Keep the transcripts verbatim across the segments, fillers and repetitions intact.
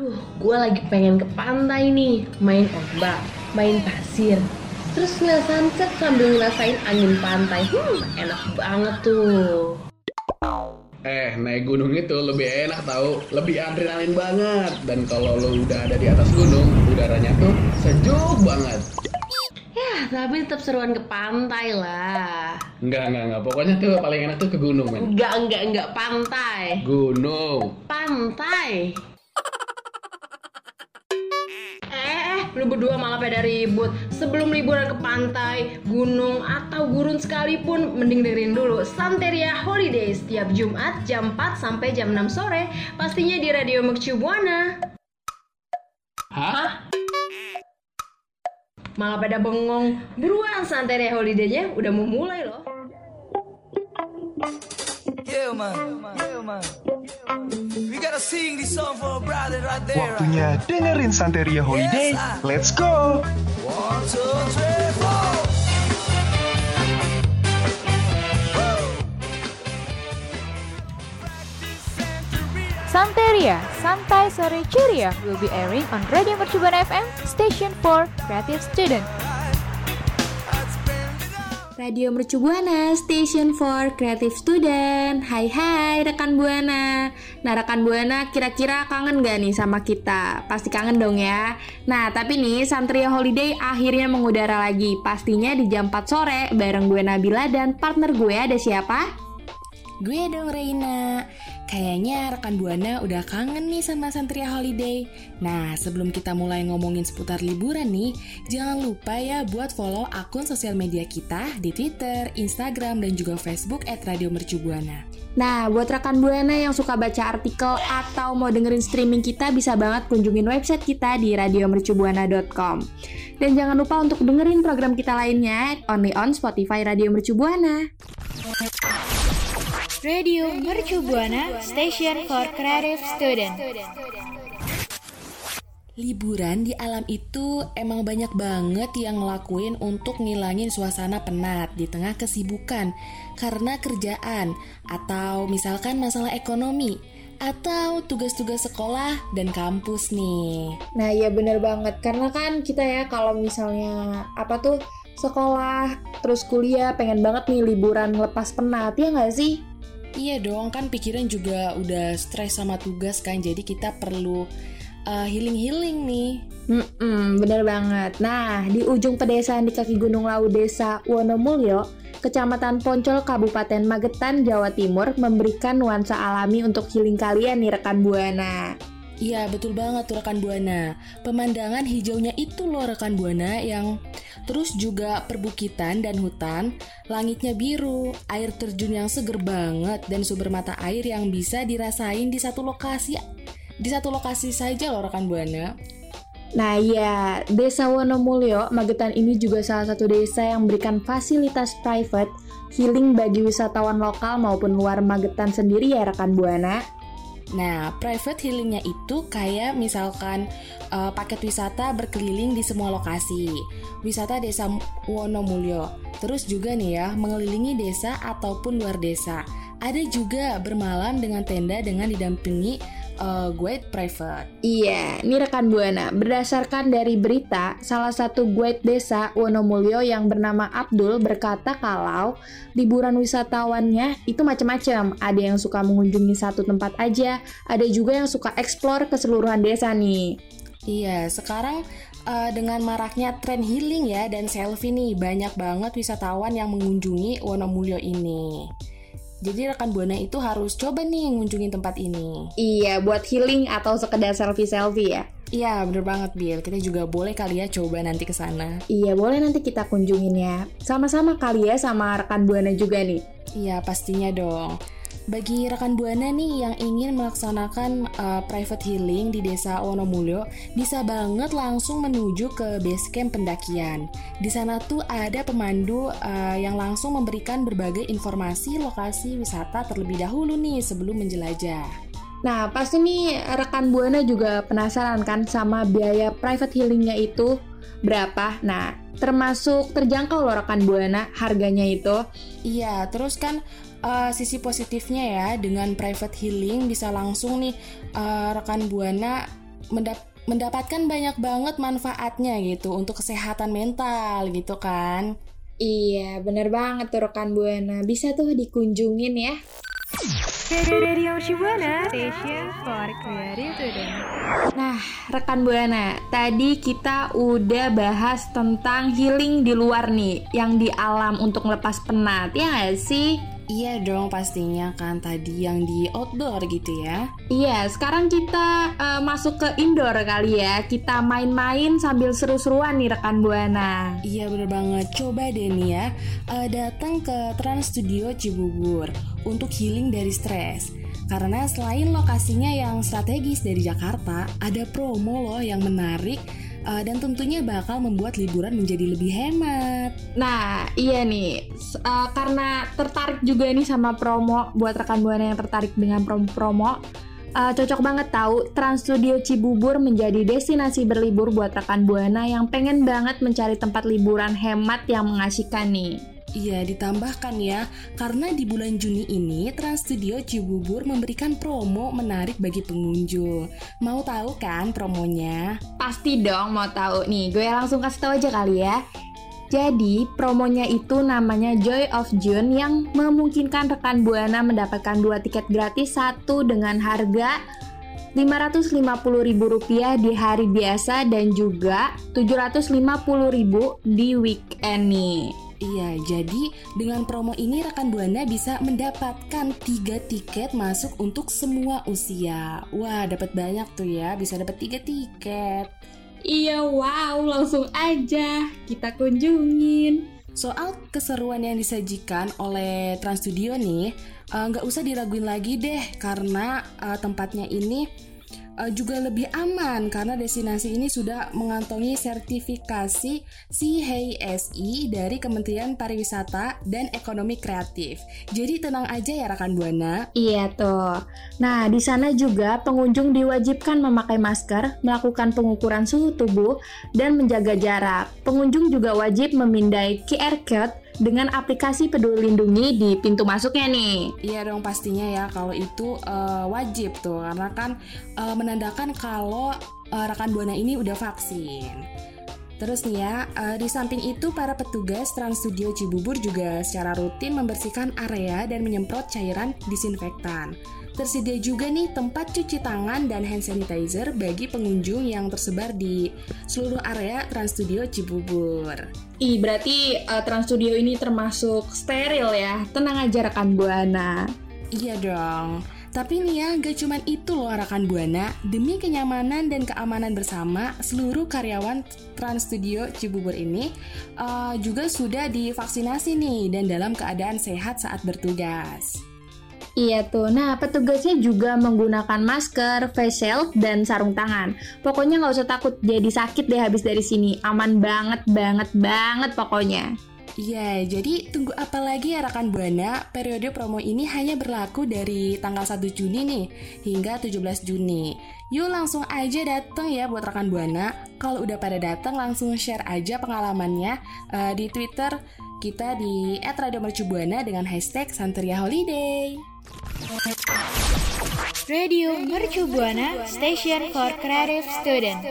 Aduh, gue lagi pengen ke pantai nih, main ombak, main pasir, terus ngeliat sunset sambil ngerasain angin pantai. Hmm, enak banget tuh. Eh, naik gunung itu lebih enak tahu, lebih adrenalin banget. Dan kalau lo udah ada di atas gunung, udaranya tuh sejuk banget. Ya, tapi tetap seruan ke pantai lah. Enggak, enggak, enggak. Pokoknya tuh paling enak tuh ke gunung, men. Enggak, enggak, enggak, pantai. Gunung. Pantai. Eh, lu berdua malah pada ribut. Sebelum liburan ke pantai, gunung, atau gurun sekalipun, mending dengerin dulu Santeria Holiday setiap Jumat jam empat sampai jam enam sore. Pastinya di Radio Mercu Buana. Hah? Malah pada bengong. Buruan, Santeria Holiday-nya udah mau mulai loh. Yeah, man. Yeah, man. We gotta sing this song for a brother right there. Waktunya dengerin Santeria Holiday. Let's go. One, two, three, four. Santeria, Santai Sore Ceria will be airing on Radio Mercu Buana F M, Station for Creative Student. Radio Mercu Buana, Station for Creative Student. Hai hai rekan Buana. Nah rekan Buana kira-kira kangen gak nih sama kita? Pasti kangen dong ya. Nah tapi nih Santeria Holiday akhirnya mengudara lagi. Pastinya di jam empat sore bareng gue Nabila dan partner gue ada siapa? Gue dong Reina. Kayaknya rekan Buana udah kangen nih sama Santeria Holiday. Nah, sebelum kita mulai ngomongin seputar liburan nih, jangan lupa ya buat follow akun sosial media kita di Twitter, Instagram, dan juga Facebook at Radio Mercu Buana. Nah, buat rekan Buana yang suka baca artikel atau mau dengerin streaming kita, bisa banget kunjungin website kita di radio mercu buana dot com. Dan jangan lupa untuk dengerin program kita lainnya only on Spotify Radio Mercu Buana. Radio Mercu Buana, Station for Creative Student. Liburan di alam itu emang banyak banget yang ngelakuin untuk ngilangin suasana penat di tengah kesibukan karena kerjaan atau misalkan masalah ekonomi atau tugas-tugas sekolah dan kampus nih. Nah iya bener banget, karena kan kita ya kalau misalnya apa tuh sekolah terus kuliah pengen banget nih liburan lepas penat, ya nggak sih? Iya dong, kan pikiran juga udah stres sama tugas kan, jadi kita perlu uh, healing-healing nih. Hmm, bener banget. Nah, di ujung pedesaan di kaki Gunung Lawu Desa Wonomulyo, Kecamatan Poncol, Kabupaten Magetan, Jawa Timur, memberikan nuansa alami untuk healing kalian nih rekan Buana. Iya betul banget tuh rekan Buana. Pemandangan hijaunya itu loh rekan Buana, yang terus juga perbukitan dan hutan, langitnya biru, air terjun yang seger banget, dan sumber mata air yang bisa dirasain di satu lokasi di satu lokasi saja loh rekan Buana. Nah ya, Desa Wonomulyo, Magetan ini juga salah satu desa yang memberikan fasilitas private healing bagi wisatawan lokal maupun luar Magetan sendiri ya rekan Buana. Nah, private healingnya itu kayak misalkan uh, paket wisata berkeliling di semua lokasi, wisata desa Wonomulyo, terus juga nih ya mengelilingi desa ataupun luar desa. Ada juga bermalam dengan tenda dengan didampingi uh, guide private. Iya, ini rekan Buana, berdasarkan dari berita, salah satu guide desa Wonomulyo yang bernama Abdul berkata kalau liburan wisatawannya itu macam-macam. Ada yang suka mengunjungi satu tempat aja, ada juga yang suka eksplor keseluruhan desa nih. Iya, sekarang uh, dengan maraknya tren healing ya dan selfie nih, banyak banget wisatawan yang mengunjungi Wonomulyo ini. Jadi rekan Buana itu harus coba nih ngunjungin tempat ini. Iya, buat healing atau sekedar selfie-selfie ya. Iya, bener banget Bil. Kita juga boleh kali ya coba nanti ke sana. Iya, boleh nanti kita kunjungin ya. Sama-sama kali ya sama rekan Buana juga nih. Iya, pastinya dong. Bagi rekan Buana nih yang ingin melaksanakan uh, private healing di desa Wonomulyo, bisa banget langsung menuju ke base camp pendakian. Di sana tuh ada pemandu uh, yang langsung memberikan berbagai informasi lokasi wisata terlebih dahulu nih sebelum menjelajah. Nah, pasti nih rekan Buana juga penasaran kan sama biaya private healingnya itu berapa? Nah, termasuk terjangkau loh rekan Buana harganya itu. Iya, terus kan Uh, sisi positifnya ya, dengan private healing bisa langsung nih uh, rekan Buana mendap- mendapatkan banyak banget manfaatnya gitu untuk kesehatan mental gitu kan. Iya, bener banget tuh rekan Buana. Bisa tuh dikunjungin ya. Radio Mercubuana, Station for Creative Student. Nah, rekan Buana, tadi kita udah bahas tentang healing di luar nih, yang di alam untuk lepas penat, ya nggak sih? Iya dong, pastinya kan tadi yang di outdoor gitu ya. Iya, sekarang kita uh, masuk ke indoor kali ya. Kita main-main sambil seru-seruan nih rekan Buana. Iya bener banget, coba deh nih ya uh, datang ke Trans Studio Cibubur untuk healing dari stres. Karena selain lokasinya yang strategis dari Jakarta, ada promo loh yang menarik uh, dan tentunya bakal membuat liburan menjadi lebih hemat. Nah, iya nih, uh, karena tertarik juga nih sama promo, buat rekan Buana yang tertarik dengan promo-promo, uh, cocok banget tahu Trans Studio Cibubur menjadi destinasi berlibur buat rekan Buana yang pengen banget mencari tempat liburan hemat yang mengasihkan nih. Iya, ditambahkan ya, karena di bulan Juni ini Trans Studio Cibubur memberikan promo menarik bagi pengunjung. Mau tahu kan promonya? Pasti dong mau tahu nih, gue langsung kasih tahu aja kali ya. Jadi, promonya itu namanya Joy of June yang memungkinkan rekan Buana mendapatkan dua tiket gratis, satu dengan harga lima ratus lima puluh ribu rupiah di hari biasa dan juga tujuh ratus lima puluh ribu di weekend nih. Iya, jadi dengan promo ini rekan Buana bisa mendapatkan tiga tiket masuk untuk semua usia. Wah, dapat banyak tuh ya, bisa dapat tiga tiket. Iya, wow, langsung aja kita kunjungin. Soal keseruan yang disajikan oleh Trans Studio nih, nggak uh, usah diraguin lagi deh, karena uh, tempatnya ini uh, juga lebih aman karena destinasi ini sudah mengantongi sertifikasi C H S I dari Kementerian Pariwisata dan Ekonomi Kreatif. Jadi tenang aja ya rekan Buana. Iya tuh. Nah, di sana juga pengunjung diwajibkan memakai masker, melakukan pengukuran suhu tubuh, dan menjaga jarak. Pengunjung juga wajib memindai Q R code dengan aplikasi Peduli Lindungi di pintu masuknya nih. Iya dong, pastinya ya kalau itu uh, wajib tuh, karena kan uh, menandakan kalau uh, rekan Buana ini udah vaksin. Terus nih ya, uh, di samping itu para petugas Trans Studio Cibubur juga secara rutin membersihkan area dan menyemprot cairan disinfektan. Tersedia juga nih tempat cuci tangan dan hand sanitizer bagi pengunjung yang tersebar di seluruh area Trans Studio Cibubur. Ih, berarti uh, Trans Studio ini termasuk steril ya? Tenang aja rekan Buana. Iya dong. Tapi nih ya, gak cuman itu loh rekan Buana. Demi kenyamanan dan keamanan bersama, seluruh karyawan Trans Studio Cibubur ini uh, juga sudah divaksinasi nih dan dalam keadaan sehat saat bertugas. Iya tuh, nah petugasnya juga menggunakan masker, face shield, dan sarung tangan. Pokoknya nggak usah takut jadi sakit deh habis dari sini. Aman banget, banget, banget pokoknya. Iya, jadi tunggu apa lagi ya rekan Buana? Periode promo ini hanya berlaku dari tanggal satu Juni nih hingga tujuh belas Juni. Yuk langsung aja datang ya buat rekan Buana. Kalau udah pada datang langsung share aja pengalamannya uh, di Twitter kita di et radio mercubuana dengan hashtag Santeria Holiday. Radio Mercubuana, Station for Creative Student.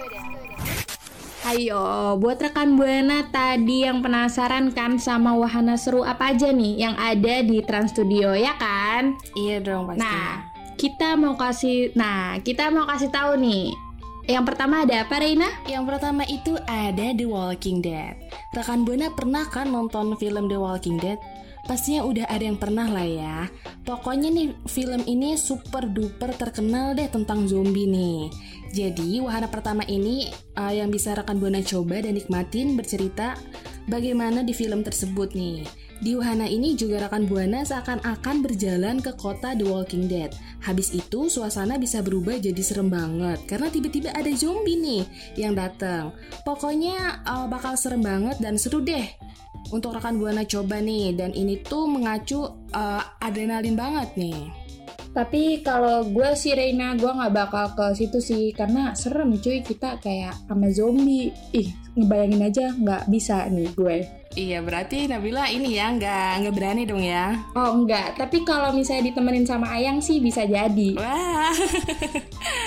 Ayo, buat rekan Buana tadi yang penasaran kan sama wahana seru apa aja nih yang ada di Trans Studio, ya kan? Iya dong pasti. Nah, kita mau kasih, nah kita mau kasih tahu nih. Yang pertama ada apa, Reina? Yang pertama itu ada The Walking Dead. Rekan Buana pernah kan nonton film The Walking Dead? Pastinya udah ada yang pernah lah ya. Pokoknya nih film ini super duper terkenal deh tentang zombie nih. Jadi wahana pertama ini uh, yang bisa rekan Buana coba dan nikmatin bercerita bagaimana di film tersebut nih. Di wahana ini juga rekan Buana seakan-akan berjalan ke kota The Walking Dead. Habis itu suasana bisa berubah jadi serem banget karena tiba-tiba ada zombie nih yang datang. Pokoknya uh, bakal serem banget dan seru deh untuk rekan Buana coba nih. Dan ini tuh mengacu uh, adrenalin banget nih. Tapi kalau gue sih Reina, gue gak bakal ke situ sih karena serem cuy, kita kayak sama zombie. Ih, ngebayangin aja gak bisa nih gue. Iya, berarti Nabila ini ya gak, gak berani dong ya? Oh enggak, tapi kalau misalnya ditemenin sama Ayang sih bisa jadi. Wah.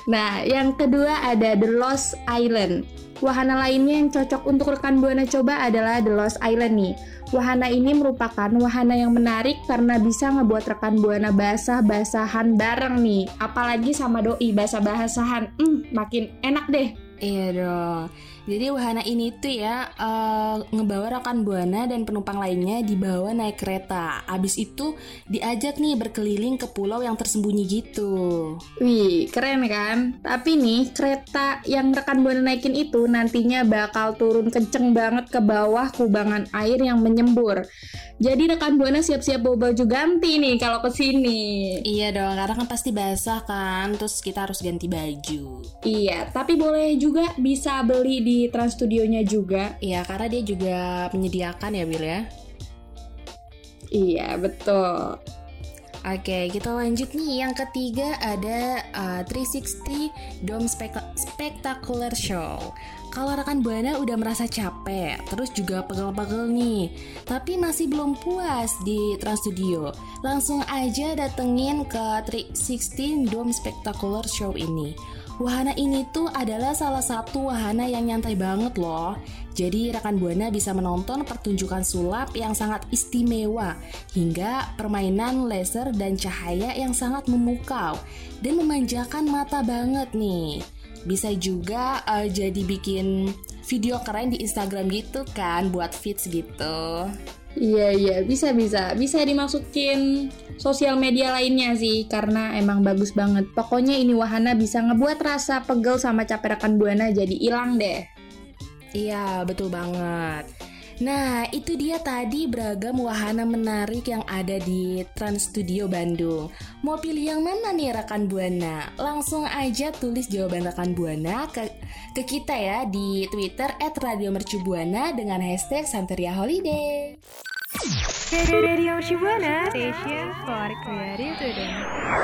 Nah, yang kedua ada The Lost Island. Wahana lainnya yang cocok untuk rekan Buana coba adalah The Lost Island nih. Wahana ini merupakan wahana yang menarik karena bisa ngebuat rekan Buana basah-basahan bareng nih. Apalagi sama doi basah-basahan, hmm, makin enak deh. Iya dong. Jadi wahana ini tuh ya uh, ngebawa rekan Buana dan penumpang lainnya dibawa naik kereta. Abis itu diajak nih berkeliling ke pulau yang tersembunyi gitu. Wih, keren kan? Tapi nih kereta yang rekan Buana naikin itu nantinya bakal turun kenceng banget ke bawah kubangan air yang menyembur. Jadi rekan Buana siap-siap bawa baju ganti nih kalau kesini. Iya dong, karena kan pasti basah kan, terus kita harus ganti baju. Iya, tapi boleh juga bisa beli di Trans Studio-nya juga. Iya, karena dia juga menyediakan ya, Bil ya. Iya, betul. Oke, kita lanjut nih. Yang ketiga ada uh, three sixty Dome Spek- Spectacular Show. Kalau rekan Buana udah merasa capek, terus juga pegel-pegel nih, tapi masih belum puas di Trans Studio, langsung aja datengin ke three sixty Dome Spectacular Show ini. Wahana ini tuh adalah salah satu wahana yang nyantai banget loh. Jadi rekan Buana bisa menonton pertunjukan sulap yang sangat istimewa, hingga permainan laser dan cahaya yang sangat memukau dan memanjakan mata banget nih. Bisa juga uh, jadi bikin video keren di Instagram gitu kan, buat feeds gitu. Iya iya bisa bisa bisa dimasukin sosial media lainnya sih karena emang bagus banget. Pokoknya ini wahana bisa ngebuat rasa pegel sama capek rekan Buana jadi hilang deh. Iya betul banget. Nah itu dia tadi beragam wahana menarik yang ada di Trans Studio Bandung. Mau pilih yang mana nih rekan Buana? Langsung aja tulis jawaban rekan Buana ke, ke kita ya di Twitter at Radio Mercubuana dengan hashtag Santeria Holiday. Radio Mercubuana, station for creative student.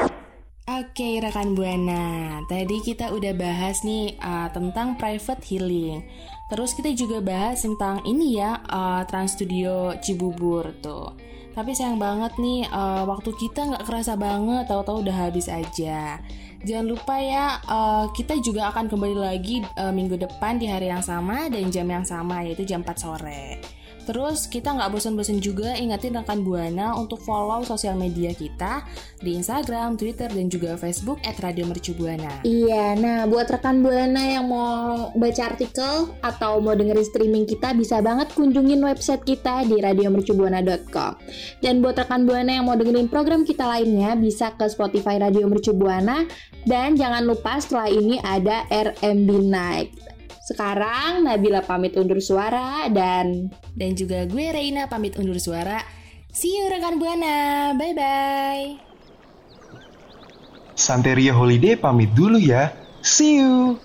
Oke rekan Buana, tadi kita udah bahas nih uh, tentang private healing. Terus kita juga bahas tentang ini ya, uh, Trans Studio Cibubur tuh. Tapi sayang banget nih, uh, waktu kita nggak kerasa banget, tahu-tahu udah habis aja. Jangan lupa ya, uh, kita juga akan kembali lagi uh, minggu depan di hari yang sama dan jam yang sama, yaitu jam empat sore. Terus kita nggak bosan-bosan juga ingatin rekan Buana untuk follow sosial media kita di Instagram, Twitter, dan juga Facebook at Radio Mercubuana. Iya, nah buat rekan Buana yang mau baca artikel atau mau dengerin streaming kita bisa banget kunjungin website kita di radio mercubuana dot com. Dan buat rekan Buana yang mau dengerin program kita lainnya bisa ke Spotify Radio Mercubuana. Dan jangan lupa setelah ini ada R M B Night. Sekarang Nabila pamit undur suara dan dan juga gue Reina pamit undur suara. See you rekan Buana, bye bye. Santeria Holiday pamit dulu ya. See you.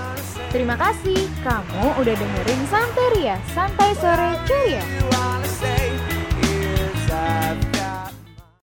Terima kasih kamu udah dengerin Santeria, Santai Sore Ceria.